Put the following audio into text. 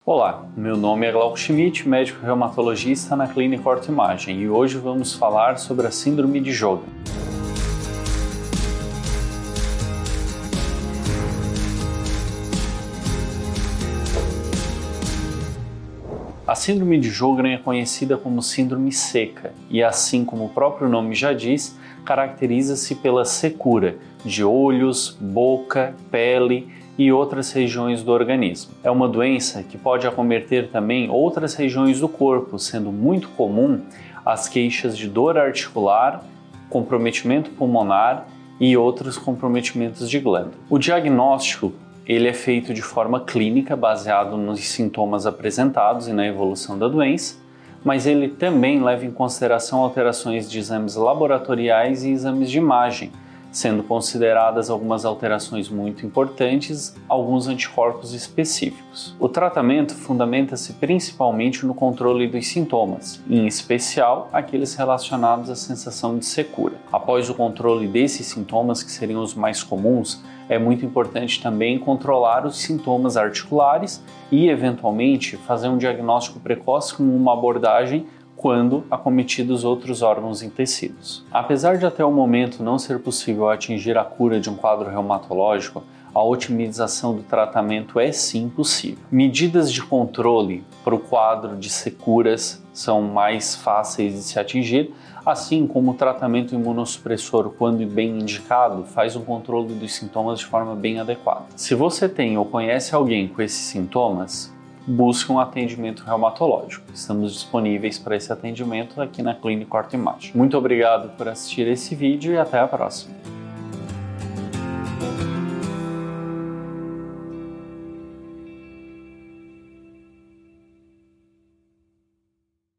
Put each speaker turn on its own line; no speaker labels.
Olá, meu nome é Glauco Schmidt, médico reumatologista na Clínica Ortoimagem, e hoje vamos falar sobre a Síndrome de Sjögren. A Síndrome de Sjögren é conhecida como síndrome seca e, assim como o próprio nome já diz, caracteriza-se pela secura de olhos, boca, pele e outras regiões do organismo. É uma doença que pode acometer também outras regiões do corpo, sendo muito comum as queixas de dor articular, comprometimento pulmonar e outros comprometimentos de glândula. O diagnóstico ele é feito de forma clínica, baseado nos sintomas apresentados e na evolução da doença, mas ele também leva em consideração alterações de exames laboratoriais e exames de imagem, sendo consideradas algumas alterações muito importantes, alguns anticorpos específicos. O tratamento fundamenta-se principalmente no controle dos sintomas, em especial aqueles relacionados à sensação de secura. Após o controle desses sintomas, que seriam os mais comuns, é muito importante também controlar os sintomas articulares e, eventualmente, fazer um diagnóstico precoce com uma abordagem quando acometidos outros órgãos e tecidos. Apesar de até o momento não ser possível atingir a cura de um quadro reumatológico, a otimização do tratamento é sim possível. Medidas de controle para o quadro de securas são mais fáceis de se atingir, assim como o tratamento imunossupressor, quando bem indicado, faz um controle dos sintomas de forma bem adequada. Se você tem ou conhece alguém com esses sintomas, busque um atendimento reumatológico. Estamos disponíveis para esse atendimento aqui na Clínica Ortoimagem. Muito obrigado por assistir esse vídeo e até a próxima.